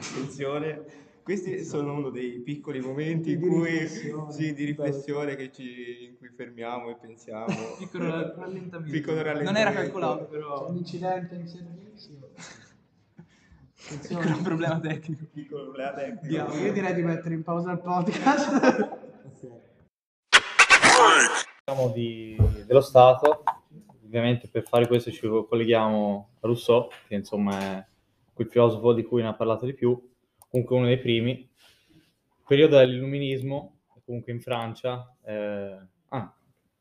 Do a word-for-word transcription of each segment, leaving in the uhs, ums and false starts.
Attenzione, questi sono uno dei piccoli momenti in Di cui riflessione. sì, di riflessione che ci, in cui fermiamo e pensiamo. Piccolo rallentamento. Piccolo Non rallentamento. era calcolato, C'è però. un incidente in servizio. Piccolo problema tecnico. Piccolo problema tecnico. Diavolo. Io direi di mettere in pausa il podcast. Parliamo di, dello Stato, ovviamente per fare questo ci colleghiamo a Rousseau, che insomma è quel filosofo di cui ne ha parlato di più, comunque uno dei primi. Periodo dell'illuminismo, comunque in Francia. Eh, ah.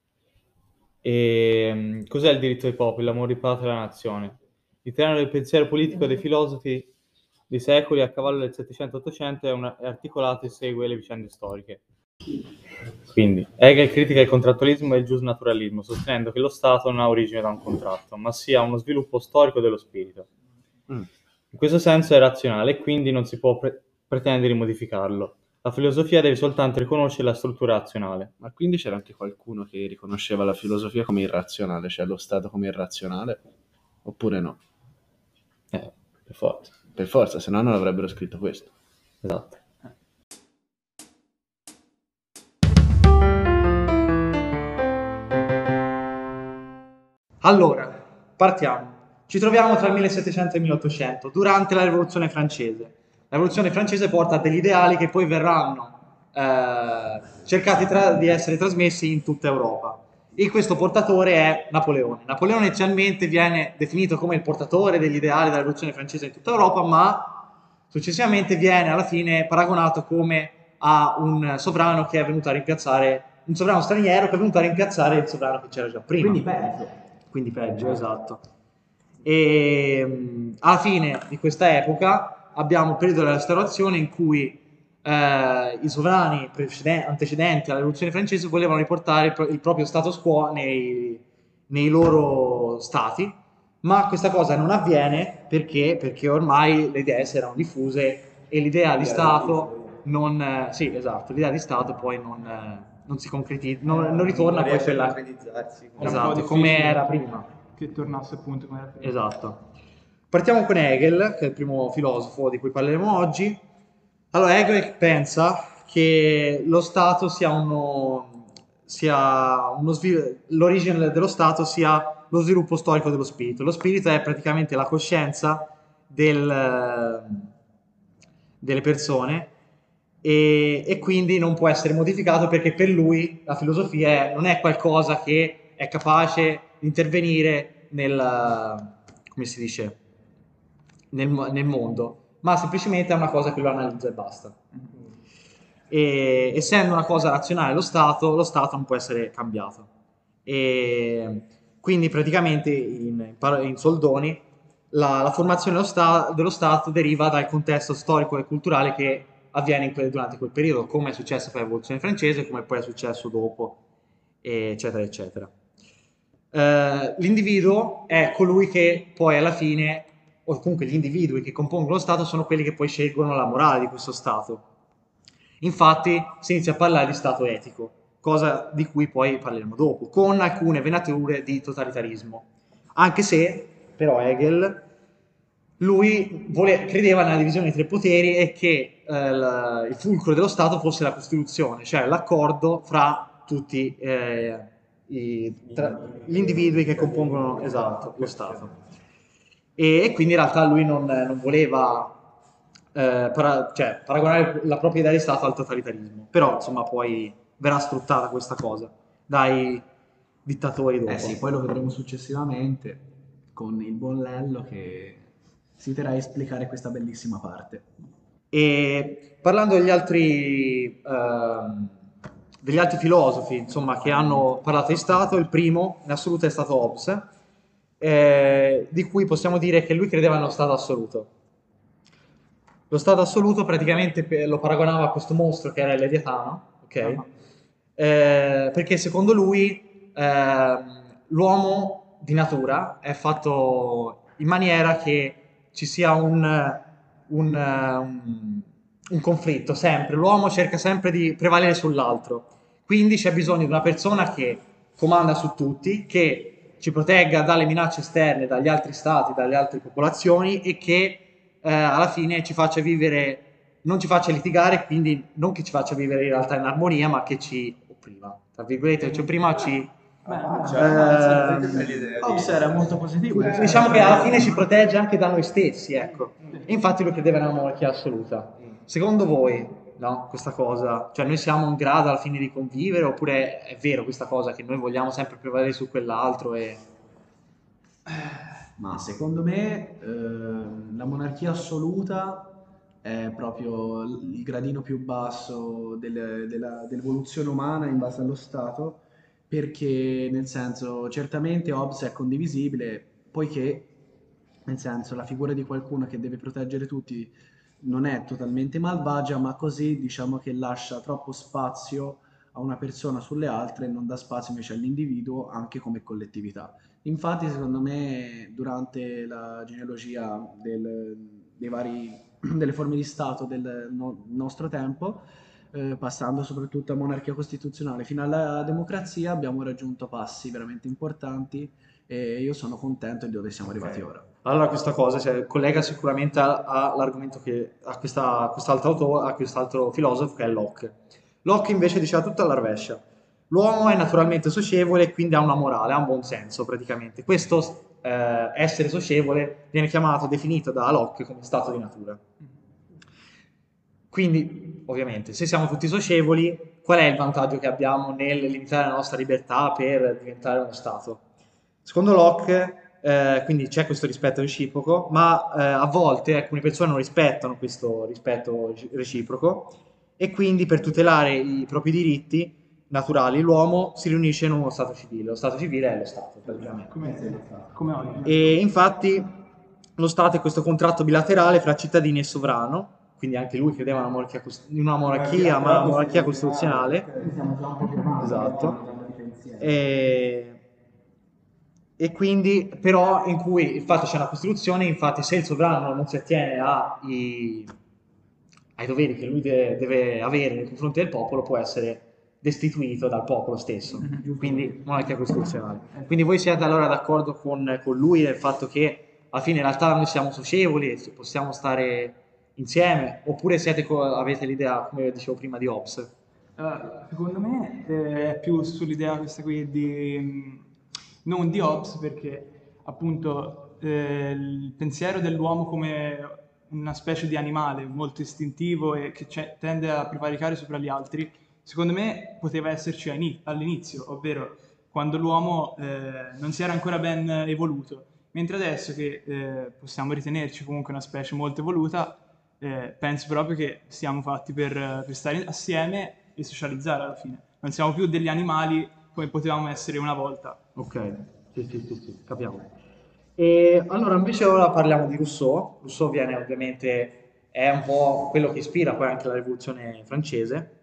E, cos'è il diritto dei popoli, l'amore di patria e la nazione? Il terreno del pensiero politico dei filosofi dei secoli a cavallo del settecento ottocento è, una, è articolato e segue le vicende storiche. Quindi, Hegel critica il contrattualismo e il giusnaturalismo, sostenendo che lo Stato non ha origine da un contratto, ma sia uno sviluppo storico dello spirito. Mm. In questo senso è razionale e quindi non si può pre- pretendere di modificarlo. La filosofia deve soltanto riconoscere la struttura razionale. Ma quindi c'era anche qualcuno che riconosceva la filosofia come irrazionale, cioè lo Stato come irrazionale? Oppure no? Eh, per forza. Per forza, se no non avrebbero scritto questo. Esatto. Allora, partiamo. Ci troviamo tra il millesettecento e il milleottocento, durante la Rivoluzione francese. La Rivoluzione francese porta a degli ideali che poi verranno eh, cercati tra- di essere trasmessi in tutta Europa. E questo portatore è Napoleone. Napoleone inizialmente viene definito come il portatore degli ideali della Rivoluzione francese in tutta Europa, ma successivamente viene alla fine paragonato come a un sovrano che è venuto a rimpiazzare, un sovrano straniero che è venuto a rimpiazzare il sovrano che c'era già prima. Quindi peggio. Quindi peggio, esatto. E mh, alla fine di questa epoca abbiamo un periodo della restaurazione in cui eh, i sovrani preceden- antecedenti alla rivoluzione francese volevano riportare il, pro- il proprio status quo nei, nei loro stati, ma questa cosa non avviene perché, perché ormai le idee si erano diffuse e l'idea di Stato non, eh, sì, esatto, l'idea di Stato poi non, eh, non si concretizza, non, non ritorna poi quella, concretizzarsi. esatto, come era prima. Che tornasse appunto come era prima. Esatto. Partiamo con Hegel, che è il primo filosofo di cui parleremo oggi. Allora, Hegel pensa che lo Stato sia uno, sia uno svil- l'origine dello Stato sia lo sviluppo storico dello spirito. Lo spirito è praticamente la coscienza del, delle persone e, e quindi non può essere modificato perché per lui la filosofia è- non è qualcosa che è capace di intervenire nel, come si dice, nel, mo- nel mondo, ma semplicemente è una cosa che lo analizza e basta. E, essendo una cosa razionale lo Stato, lo Stato non può essere cambiato. E quindi praticamente in, in par- in soldoni la, la formazione dello, sta- dello Stato deriva dal contesto storico e culturale che avviene in quel- durante quel periodo, come è successo per la rivoluzione francese, come poi è successo dopo, eccetera, eccetera. Eh, l'individuo è colui che poi alla fine, o comunque gli individui che compongono lo Stato, sono quelli che poi scelgono la morale di questo Stato. Infatti si inizia a parlare di Stato etico, cosa di cui poi parleremo dopo, con alcune venature di totalitarismo. Anche se, però, Hegel, lui vole- credeva nella divisione di tre poteri e che eh, l- il fulcro dello Stato fosse la Costituzione, cioè l'accordo fra tutti eh, i, tra, gli individui che compongono, esatto, lo Stato. E, e quindi in realtà lui non, non voleva eh, para- cioè, paragonare la propria idea di Stato al totalitarismo, però insomma poi verrà sfruttata questa cosa dai dittatori dopo. Eh sì, poi lo vedremo successivamente con il buon Lello che si terrà a esplicare questa bellissima parte. E parlando degli altri, ehm, degli altri filosofi, insomma, che hanno parlato di Stato, il primo in assoluto è stato Hobbes, eh, di cui possiamo dire che lui credeva nello Stato assoluto. Lo Stato assoluto praticamente pe- lo paragonava a questo mostro che era il Leviatano, ok? Ah. Eh, perché secondo lui ehm, l'uomo di natura è fatto in maniera che ci sia un, un, eh, un- un conflitto sempre, l'uomo cerca sempre di prevalere sull'altro, quindi c'è bisogno di una persona che comanda su tutti, che ci protegga dalle minacce esterne, dagli altri stati, dalle altre popolazioni e che eh, alla fine ci faccia vivere, non ci faccia litigare, quindi non che ci faccia vivere in realtà in armonia, ma che ci opprima, tra virgolette, ci opprima, ci... Beh, Ehm, Hobbes era molto positivo. diciamo che alla fine ci protegge anche da noi stessi, ecco. E infatti lui credeva nella monarchia assoluta. Secondo voi, no, questa cosa, cioè noi siamo in grado alla fine di convivere, oppure è vero questa cosa che noi vogliamo sempre prevalere su quell'altro e... Ma secondo me ehm, la monarchia assoluta è proprio l- il gradino più basso del- della- dell'evoluzione umana in base allo Stato, perché nel senso certamente Hobbes è condivisibile, poiché nel senso la figura di qualcuno che deve proteggere tutti non è totalmente malvagia, ma così diciamo che lascia troppo spazio a una persona sulle altre e non dà spazio invece all'individuo anche come collettività. Infatti, secondo me, durante la genealogia del- dei vari, delle forme di Stato del no- nostro tempo, eh, passando soprattutto a monarchia costituzionale fino alla democrazia, abbiamo raggiunto passi veramente importanti e io sono contento di dove siamo arrivati ora. Allora questa cosa cioè, collega sicuramente a- all'argomento che a, questa, a quest'altro autore, a quest'altro filosofo che è Locke. Locke invece diceva tutto alla rovescia. L'uomo è naturalmente socievole e quindi ha una morale, ha un buon senso praticamente. Questo eh, essere socievole viene chiamato, definito da Locke come stato di natura. Quindi, ovviamente, se siamo tutti socievoli, qual è il vantaggio che abbiamo nel limitare la nostra libertà per diventare uno Stato? Secondo Locke, eh, quindi c'è questo rispetto reciproco, ma eh, a volte alcune persone non rispettano questo rispetto reciproco e quindi per tutelare i propri diritti naturali l'uomo si riunisce in uno Stato civile. Lo Stato civile è lo Stato, praticamente. Come, come oggi. E infatti lo Stato è questo contratto bilaterale fra cittadini e sovrano, quindi anche lui credeva in una monarchia, cos- in una monarchia, ma una monarchia costituzionale. Esatto. E, e quindi, però, in cui infatti c'è una Costituzione, infatti se il sovrano non si attiene ai, ai doveri che lui de- deve avere nei confronti del popolo, può essere destituito dal popolo stesso. Quindi monarchia costituzionale. Quindi voi siete allora d'accordo con, con lui nel fatto che alla fine in realtà noi siamo socievoli e possiamo stare insieme, oppure siete co- avete l'idea, come dicevo prima, di Hobbes? Allora, secondo me eh, è più sull'idea questa qui di mh, non di Hobbes, perché appunto eh, il pensiero dell'uomo come una specie di animale molto istintivo e che c'è- tende a prevaricare sopra gli altri, secondo me poteva esserci a ini- all'inizio, ovvero quando l'uomo eh, non si era ancora ben evoluto, mentre adesso che eh, possiamo ritenerci comunque una specie molto evoluta, eh, penso proprio che siamo fatti per, per stare assieme e socializzare alla fine. Non siamo più degli animali come potevamo essere una volta. Ok, sì, sì, sì, sì, capiamo. E allora invece ora parliamo di Rousseau. Rousseau viene ovviamente, è un po' quello che ispira poi anche la rivoluzione francese,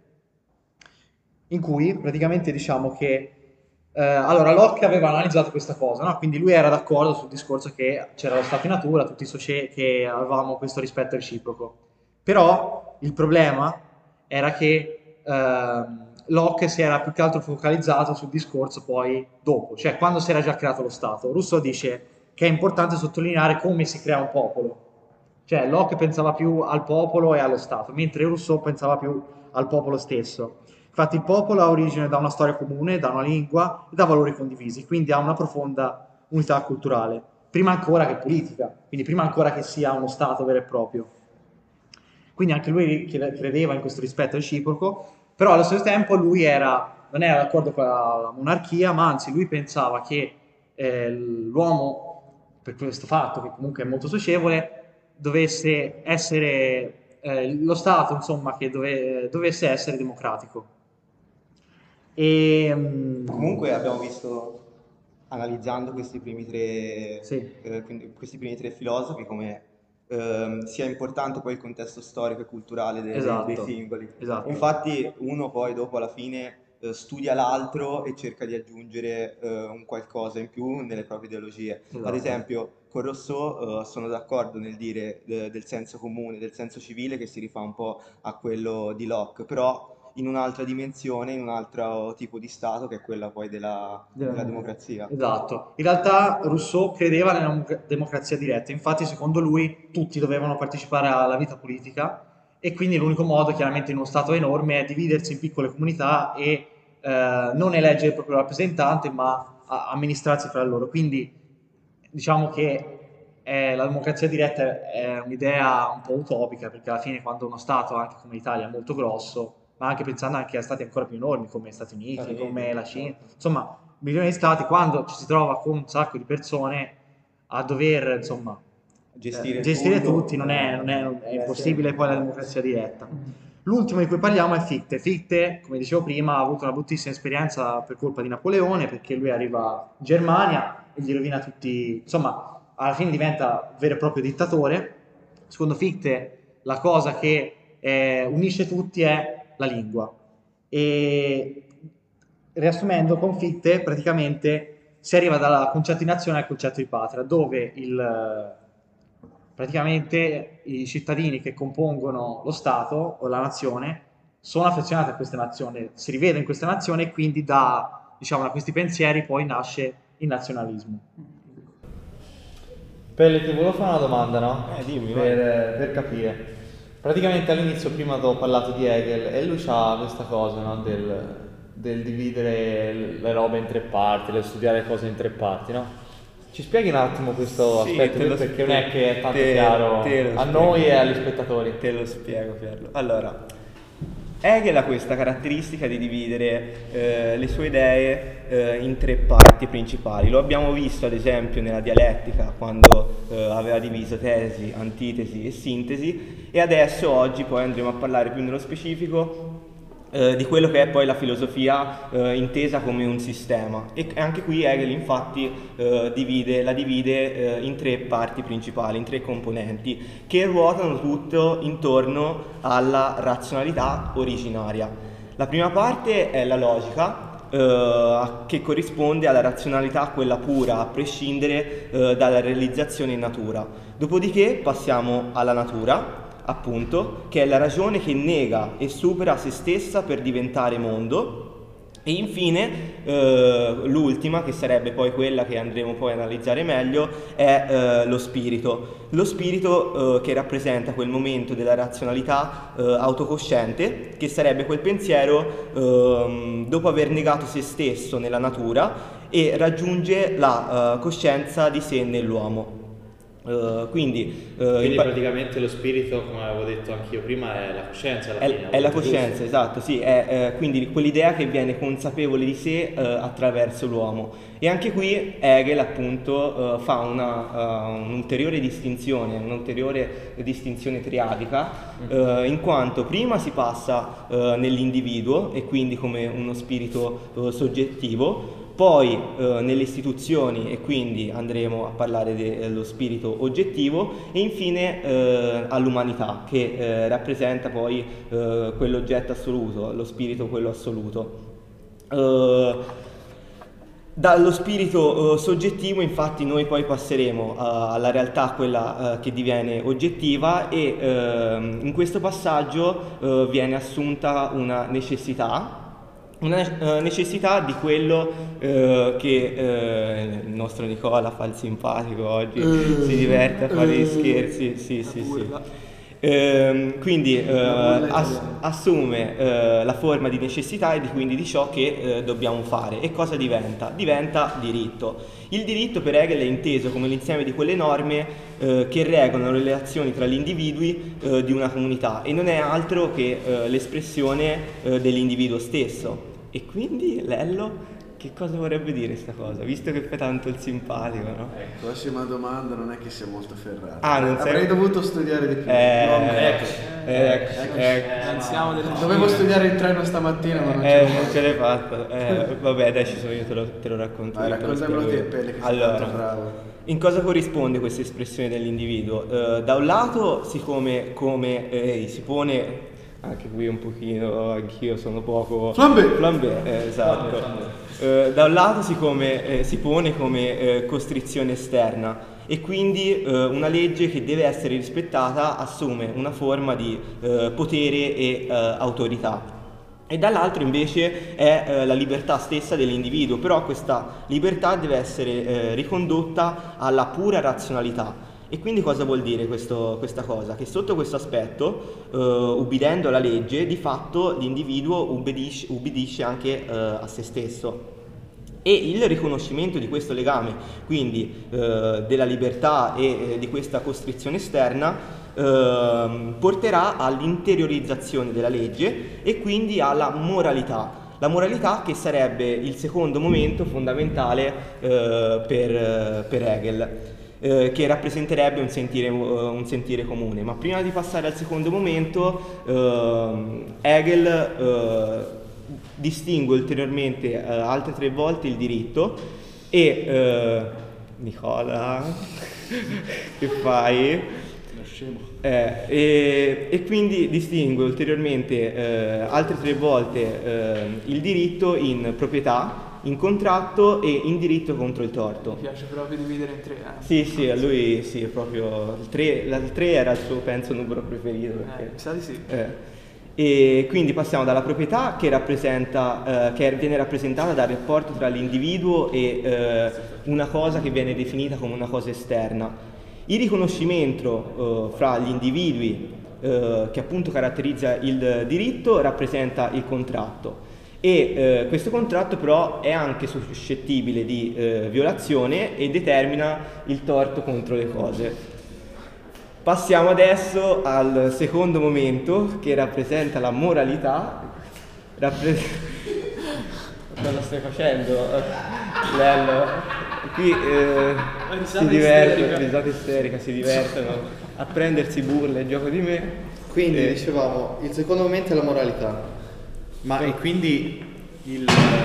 in cui praticamente diciamo che eh, allora Locke aveva analizzato questa cosa, no? Quindi lui era d'accordo sul discorso che c'era lo stato in natura, tutti i soci- che avevamo questo rispetto reciproco. Però il problema era che ehm, Locke si era più che altro focalizzato sul discorso poi dopo, cioè quando si era già creato lo Stato. Rousseau dice che è importante sottolineare come si crea un popolo. Cioè Locke pensava più al popolo e allo Stato, mentre Rousseau pensava più al popolo stesso. Infatti il popolo ha origine da una storia comune, da una lingua e da valori condivisi, quindi ha una profonda unità culturale, prima ancora che politica, quindi prima ancora che sia uno Stato vero e proprio. Quindi anche lui credeva in questo rispetto reciproco, però allo stesso tempo lui era, non era d'accordo con la monarchia, ma anzi lui pensava che eh, l'uomo, per questo fatto che comunque è molto socievole, dovesse essere eh, lo Stato, insomma, che dove- dovesse essere democratico. E, mm, Comunque abbiamo visto, analizzando questi primi tre, Sì. eh, quindi questi primi tre filosofi, come ehm, sia importante poi il contesto storico e culturale dei, dei- dei Esatto, singoli. esatto. Infatti uno poi dopo alla fine eh, studia l'altro e cerca di aggiungere eh, un qualcosa in più nelle proprie ideologie. Ad Esatto. esempio, con Rousseau eh, sono d'accordo nel dire eh, del senso comune, del senso civile che si rifà un po' a quello di Locke, però in un'altra dimensione, in un altro tipo di Stato, che è quella poi della, Della della democrazia. democrazia. Esatto. In realtà Rousseau credeva nella democ- democrazia diretta, infatti secondo lui tutti dovevano partecipare alla vita politica e quindi l'unico modo, chiaramente in uno Stato enorme, è dividersi in piccole comunità e eh, non eleggere il proprio rappresentante, ma a- amministrarsi fra loro. Quindi diciamo che eh, la democrazia diretta è un'idea un po' utopica, perché alla fine quando uno Stato, anche come l'Italia, è molto grosso, ma anche pensando anche a stati ancora più enormi come gli Stati Uniti, Stati Uniti, come la Cina, certo. insomma, milioni di stati, quando ci si trova con un sacco di persone a dover, insomma, Gestire eh, il gestire tutto, tutti, non è, non è- eh, è impossibile poi la democrazia diretta. L'ultimo di cui parliamo è Fichte. Fichte, come dicevo prima, ha avuto una bruttissima esperienza per colpa di Napoleone, perché lui arriva in Germania e gli rovina tutti, insomma, alla fine diventa vero e proprio dittatore. Secondo Fichte, la cosa che eh, unisce tutti è la lingua. E riassumendo, con Fichte praticamente si arriva dal concetto di nazione al concetto di patria, dove il, praticamente i cittadini che compongono lo Stato o la nazione sono affezionati a questa nazione, si rivede in questa nazione e quindi da, diciamo, da questi pensieri poi nasce il nazionalismo. Pelle, ti volevo fare una domanda, no? Eh, dimmi, per, per capire. Praticamente all'inizio prima ho parlato di Hegel e lui ha questa cosa, no? Del, del dividere le robe in tre parti, del studiare le cose in tre parti, no? Ci spieghi un attimo questo Sì, aspetto te lo perché sp- non è che è tanto te- chiaro te lo a spiego. noi e agli spettatori. Te lo spiego, Pierlo. Allora, Hegel ha questa caratteristica di dividere eh, le sue idee eh, in tre parti principali. Lo abbiamo visto ad esempio nella dialettica, quando eh, aveva diviso tesi, antitesi e sintesi, e adesso oggi poi andremo a parlare più nello specifico eh, di quello che è poi la filosofia eh, intesa come un sistema. E anche qui Hegel infatti eh, divide, la divide eh, in tre parti principali, in tre componenti, che ruotano tutto intorno alla razionalità originaria. La prima parte è la logica, eh, che corrisponde alla razionalità, quella pura, a prescindere eh, dalla realizzazione in natura. Dopodiché passiamo alla natura, appunto, che è la ragione che nega e supera se stessa per diventare mondo. E infine eh, l'ultima, che sarebbe poi quella che andremo poi a analizzare meglio, è eh, lo spirito. Lo spirito eh, che rappresenta quel momento della razionalità eh, autocosciente, che sarebbe quel pensiero eh, dopo aver negato se stesso nella natura e raggiunge la eh, coscienza di sé nell'uomo. Uh, quindi, uh, Quindi pa- praticamente lo spirito, come avevo detto anch'io prima, è la coscienza alla è, fine. è la giusto? coscienza, esatto, sì, è eh, quindi quell'idea che viene consapevole di sé eh, attraverso l'uomo. E anche qui Hegel appunto eh, fa una, uh, un'ulteriore distinzione, un'ulteriore distinzione triadica, eh, in quanto prima si passa eh, nell'individuo e quindi come uno spirito eh, soggettivo, poi eh, nelle istituzioni e quindi andremo a parlare dello spirito oggettivo e infine eh, all'umanità che eh, rappresenta poi eh, quell'oggetto assoluto, lo spirito quello assoluto. Eh, dallo spirito eh, soggettivo infatti noi poi passeremo uh, alla realtà, quella uh, che diviene oggettiva e uh, in questo passaggio uh, viene assunta una necessità. Una necessità di quello eh, che eh, il nostro Nicola fa il simpatico oggi, uh, si diverte a fare gli scherzi, sì, sì, sì. Eh, quindi eh, ass- assume eh, la forma di necessità e di, quindi di ciò che eh, dobbiamo fare. E cosa diventa? Diventa diritto. Il diritto per Hegel è inteso come l'insieme di quelle norme eh, che regolano le relazioni tra gli individui eh, di una comunità e non è altro che eh, l'espressione eh, dell'individuo stesso. E quindi Lello che cosa vorrebbe dire sta cosa? Visto che fai tanto il simpatico, no? Ecco, prossima domanda non è che sia molto ferrato. Ah, non sei... Avrei dovuto studiare di più. Eh, No, ecco, ecco, ecco. ecco. Pensiamo delle Dovevo studiare il treno stamattina, ma non ce Eh, l'ho non fatta. ce l'hai fatta. Eh, vabbè, dai, ci sono io, te lo, te lo racconto. Vai, io, te lo raccontamelo spiego te, io. Pelle, che sei Allora, tanto bravo. in cosa corrisponde questa espressione dell'individuo? Eh, da un lato si, come, come, eh, si pone, anche qui un pochino, anch'io sono poco... Flambé! Flambé, eh, esatto. Eh, da un lato si, come, eh, si pone come eh, costrizione esterna e quindi eh, una legge che deve essere rispettata assume una forma di eh, potere e eh, autorità. e dall'altro invece è eh, la libertà stessa dell'individuo, però questa libertà deve essere eh, ricondotta alla pura razionalità. E quindi cosa vuol dire questo, questa cosa? Che sotto questo aspetto, eh, ubbidendo alla legge, di fatto l'individuo ubbidisce, ubbidisce anche eh, a se stesso. E il riconoscimento di questo legame, quindi eh, della libertà e eh, di questa costrizione esterna, eh, porterà all'interiorizzazione della legge e quindi alla moralità. La moralità che sarebbe il secondo momento fondamentale eh, per, per Hegel. Eh, che rappresenterebbe un sentire, uh, un sentire comune. Ma prima di passare al secondo momento, uh, Hegel uh, distingue ulteriormente uh, altre tre volte il diritto e uh, Nicola, che fai? Eh, e, e quindi distingue ulteriormente uh, altre tre volte uh, il diritto in proprietà, in contratto e in diritto contro il torto. Mi piace proprio dividere in tre. Eh. Sì, sì, a lui sì, proprio il tre, il tre era il suo, penso, numero preferito. Perché, Eh, mi sa di sì. eh. E quindi passiamo dalla proprietà che rappresenta, eh, che viene rappresentata dal rapporto tra l'individuo e eh, una cosa che viene definita come una cosa esterna. Il riconoscimento eh, fra gli individui eh, che appunto caratterizza il diritto rappresenta il contratto. E eh, questo contratto però è anche suscettibile di eh, violazione e determina il torto contro le cose. Passiamo adesso al secondo momento che rappresenta la moralità. Rappre- Cosa stai facendo? Lello? Qui eh, si divertono, risata isterica, si divertono a prendersi burle, il gioco di me. Quindi Eh. dicevamo, il secondo momento è la moralità. Ma e quindi il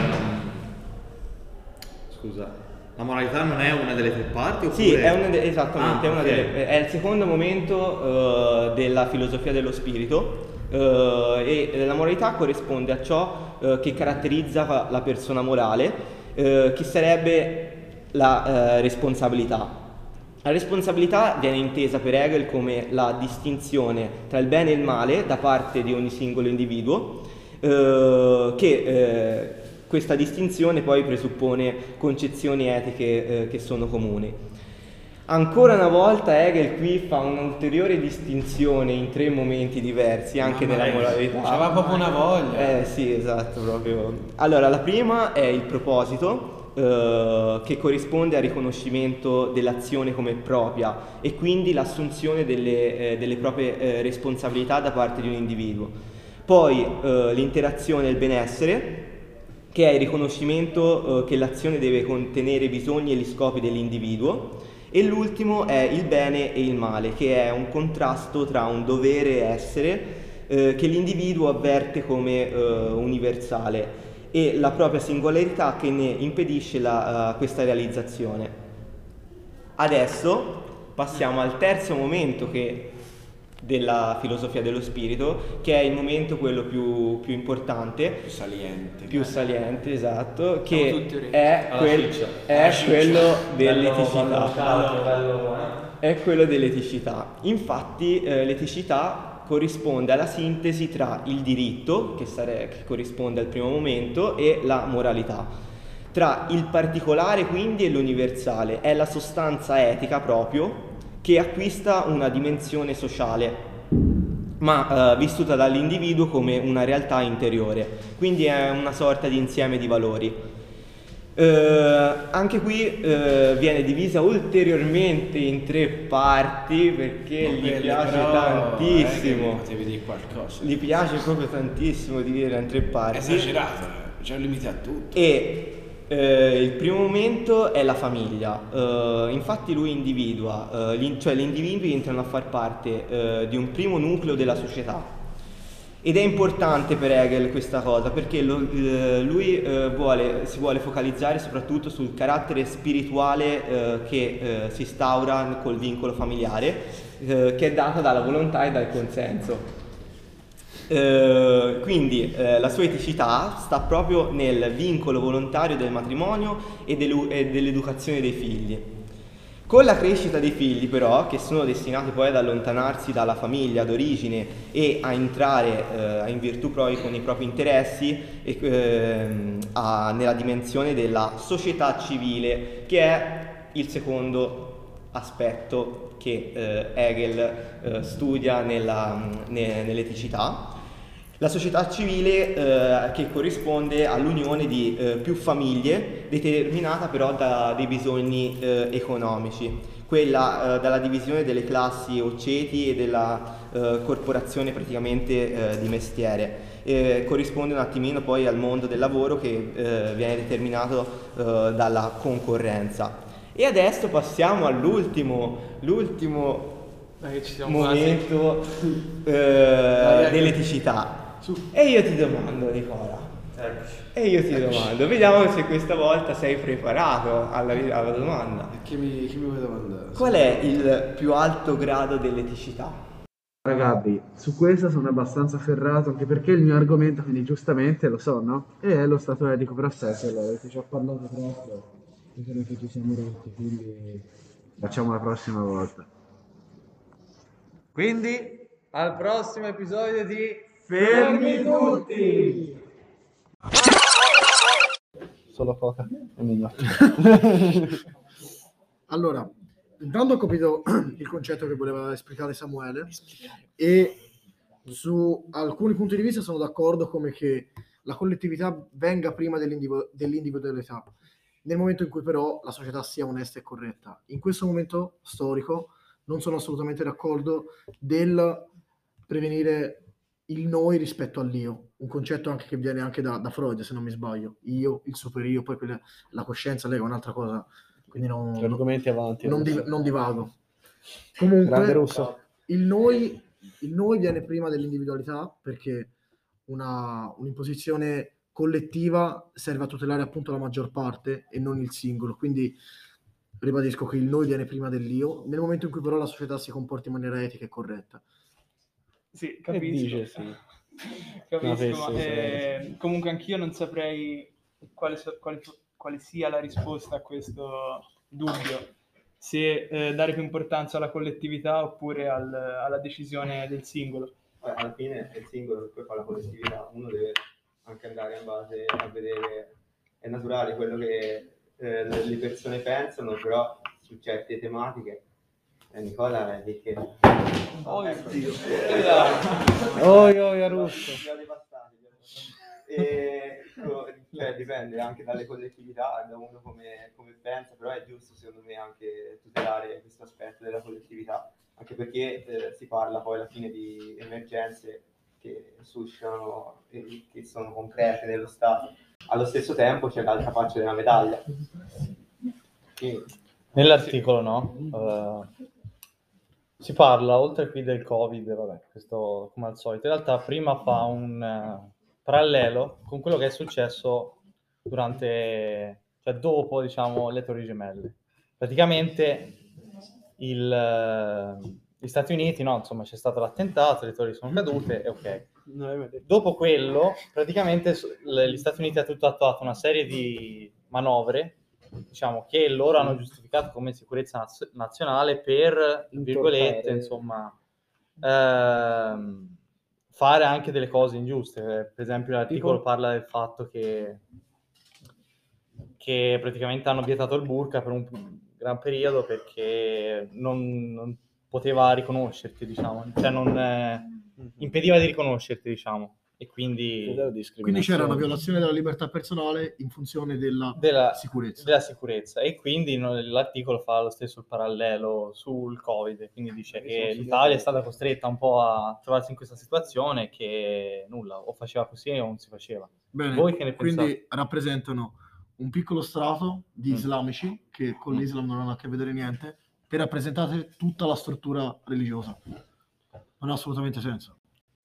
scusa, la moralità non è una delle tre parti? Oppure... Sì, è una de- esattamente, Ah, è, una ok. delle- è il secondo momento eh, della filosofia dello spirito eh, e la moralità corrisponde a ciò eh, che caratterizza la persona morale, eh, che sarebbe la eh, responsabilità. La responsabilità viene intesa per Hegel come la distinzione tra il bene e il male da parte di ogni singolo individuo, eh, che eh, questa distinzione poi presuppone concezioni etiche eh, che sono comuni. Ancora una volta Hegel qui fa un'ulteriore distinzione in tre momenti diversi, anche Mamma nella mia, moralità. c'aveva proprio una voglia. Eh sì, esatto, proprio. Allora, la prima è il proposito, eh, che corrisponde al riconoscimento dell'azione come propria e quindi l'assunzione delle, eh, delle proprie eh, responsabilità da parte di un individuo. Poi eh, l'interazione e il benessere, che è il riconoscimento eh, che l'azione deve contenere i bisogni e gli scopi dell'individuo. E l'ultimo è il bene e il male, che è un contrasto tra un dovere e essere eh, che l'individuo avverte come eh, universale e la propria singolarità che ne impedisce la, uh, questa realizzazione. Adesso passiamo al terzo momento che, della filosofia dello spirito, che è il momento quello più, più importante, Più saliente. più saliente, esatto, Siamo che tutti orecchi. è, Alla quel- ciccia. è Alla ciccia. quello Bello, dell'eticità. bello, bello, eh. È quello dell'eticità. Infatti eh, l'eticità corrisponde alla sintesi tra il diritto, che, sare- che corrisponde al primo momento, e la moralità. Tra il particolare quindi e l'universale. È la sostanza etica proprio che acquista una dimensione sociale, ma eh, vissuta dall'individuo come una realtà interiore. Quindi è una sorta di insieme di valori. Eh, anche qui eh, viene divisa ulteriormente in tre parti perché gli Belle, piace però, tantissimo. eh, che potevi dire qualcosa. Gli piace proprio tantissimo dividere in tre parti. Esagerato, eh, c'è un limite a tutto. E eh, il primo momento è la famiglia. Eh, infatti lui individua, eh, gli- cioè gli individui entrano a far parte eh, di un primo nucleo della società. Ed è importante per Hegel questa cosa perché lo- eh, lui eh, vuole, si vuole focalizzare soprattutto sul carattere spirituale eh, che eh, si instaura col vincolo familiare, eh, che è data dalla volontà e dal consenso. Eh, quindi eh, la sua eticità sta proprio nel vincolo volontario del matrimonio e, dell'u- e dell'educazione dei figli. Con la crescita dei figli però, che sono destinati poi ad allontanarsi dalla famiglia d'origine e a entrare eh, in virtù poi con i propri interessi e, ehm, a- nella dimensione della società civile, che è il secondo aspetto che eh, Hegel eh, studia nella- ne- nell'eticità. La società civile eh, che corrisponde all'unione di eh, più famiglie, determinata però da dei bisogni eh, economici, quella eh, dalla divisione delle classi o ceti e della eh, corporazione praticamente eh, di mestiere. Eh, corrisponde un attimino poi al mondo del lavoro che eh, viene determinato eh, dalla concorrenza. E adesso passiamo all'ultimo, l'ultimo Dai, che ci siamo quasi. momento eh, Dai, ecco. dell'eticità. Su. E io ti domando, Nicola, e io ti domando, vediamo se questa volta sei preparato alla, alla domanda. Chi mi, chi mi vuoi domandare? Qual è il più alto grado dell'eticità? Gabri, su questa sono abbastanza ferrato anche perché il mio argomento, quindi giustamente lo so, no? È lo stato etico per assesso, allora se ci ho parlato troppo, io credo che ci siamo rotti, quindi facciamo la prossima volta. Quindi, al prossimo episodio di Fermi Tutti! Solo coca e mignotti. Allora, intanto ho capito il concetto che voleva esplicare Samuele e su alcuni punti di vista sono d'accordo, come che la collettività venga prima dell'individu- dell'individualità, nel momento in cui però la società sia onesta e corretta. In questo momento storico non sono assolutamente d'accordo del prevenire il noi rispetto all'io, un concetto anche che viene anche da, da Freud, se non mi sbaglio. Io, il superio, poi quella- la coscienza, lei è un'altra cosa, quindi non, Tre argomenti avanti. non, adesso. div- non divago. Grande Comunque, Russo. il noi, il noi viene prima dell'individualità perché una, un'imposizione collettiva serve a tutelare appunto la maggior parte e non il singolo. Quindi ribadisco che il noi viene prima dell'io, nel momento in cui però la società si comporta in maniera etica e corretta. Sì, E capisco. dice sì. Capisco, No, sì, ma sì, sì, eh, comunque anch'io non saprei quale, so- quale, quale sia la risposta a questo dubbio, se eh, dare più importanza alla collettività oppure al- alla decisione del singolo. Beh, alla fine è il singolo che poi fa la collettività, uno deve anche andare in base a vedere, è naturale quello che eh, le le persone pensano, però su certe tematiche eh, Nicola è lì che... Oh, ecco. Oi, oi, a Russo. Li ho devastati, li ho devastati. E, ecco, cioè, dipende anche dalle collettività, da uno come, come pensa, però è giusto secondo me anche tutelare questo aspetto della collettività, anche perché eh, si parla poi alla fine di emergenze che suscitano e che sono concrete nello Stato. Allo stesso tempo c'è l'altra faccia della medaglia. Che- Nell'articolo, no? Eh, si parla, oltre qui del Covid, vabbè, questo come al solito, in realtà prima fa un eh, parallelo con quello che è successo durante, cioè dopo, diciamo, le Torri Gemelle. Praticamente il, eh, gli Stati Uniti, no, insomma, c'è stato l'attentato, le torri sono cadute, e ok. Dopo quello, praticamente s- le- gli Stati Uniti hanno tutto attuato una serie di manovre, diciamo, che loro hanno giustificato come sicurezza naz- nazionale per, virgolette, Intortare. insomma, ehm, fare anche delle cose ingiuste. Per esempio l'articolo Tipo? parla del fatto che, che praticamente hanno vietato il burka per un gran periodo perché non, non poteva riconoscerti, diciamo, cioè non eh, impediva di riconoscerti, diciamo, e quindi Quindi c'era una violazione della libertà personale in funzione della, della sicurezza. della sicurezza, e quindi no, l'articolo fa lo stesso il parallelo sul Covid, quindi dice che l'Italia è stata costretta un po' a trovarsi in questa situazione che nulla, o faceva così o non si faceva. Bene, Voi che ne pensate? quindi rappresentano un piccolo strato di Mm. islamici che con Mm. l'Islam non hanno a che vedere niente, per rappresentare tutta la struttura religiosa. Non ha assolutamente senso.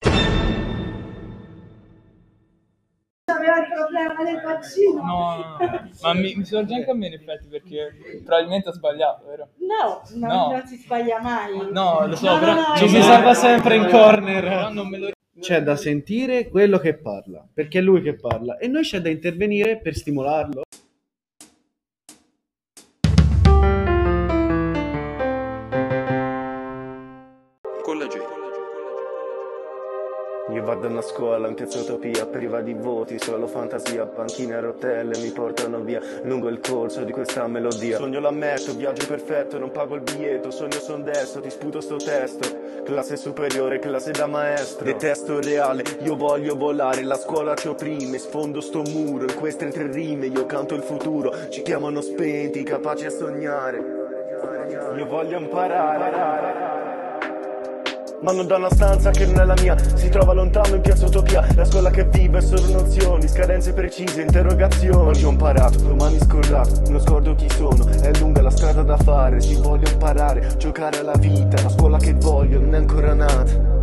Aveva il problema del vaccino. No, no, no. Ma mi, mi sorge anche a me in effetti perché probabilmente ho sbagliato, vero? No, no, No. non si sbaglia mai. No, lo so, No, però no, no, ci no, si no, salva no, sempre in no, corner. no. Però non me lo C'è da sentire quello che parla, perché è lui che parla, e noi c'è da intervenire per stimolarlo. Io vado a una scuola in piazza Utopia, priva di voti, solo fantasia, panchine a rotelle mi portano via lungo il corso di questa melodia. Sogno l'ammetto, viaggio perfetto, non pago il biglietto, sogno son destro, ti sputo sto testo. Classe superiore, classe da maestro. Detesto il reale, io voglio volare, la scuola ci opprime, sfondo sto muro, in queste tre rime io canto il futuro, ci chiamano spenti, capaci a sognare. Io voglio imparare. Ma non da una stanza che non è la mia, si trova lontano in piazza Utopia. La scuola che vive è solo nozioni, scadenze precise, interrogazioni. Oggi ho imparato, domani scordato, non scordo chi sono. È lunga la strada da fare, ci voglio imparare, giocare alla vita. La scuola che voglio non è ancora nata.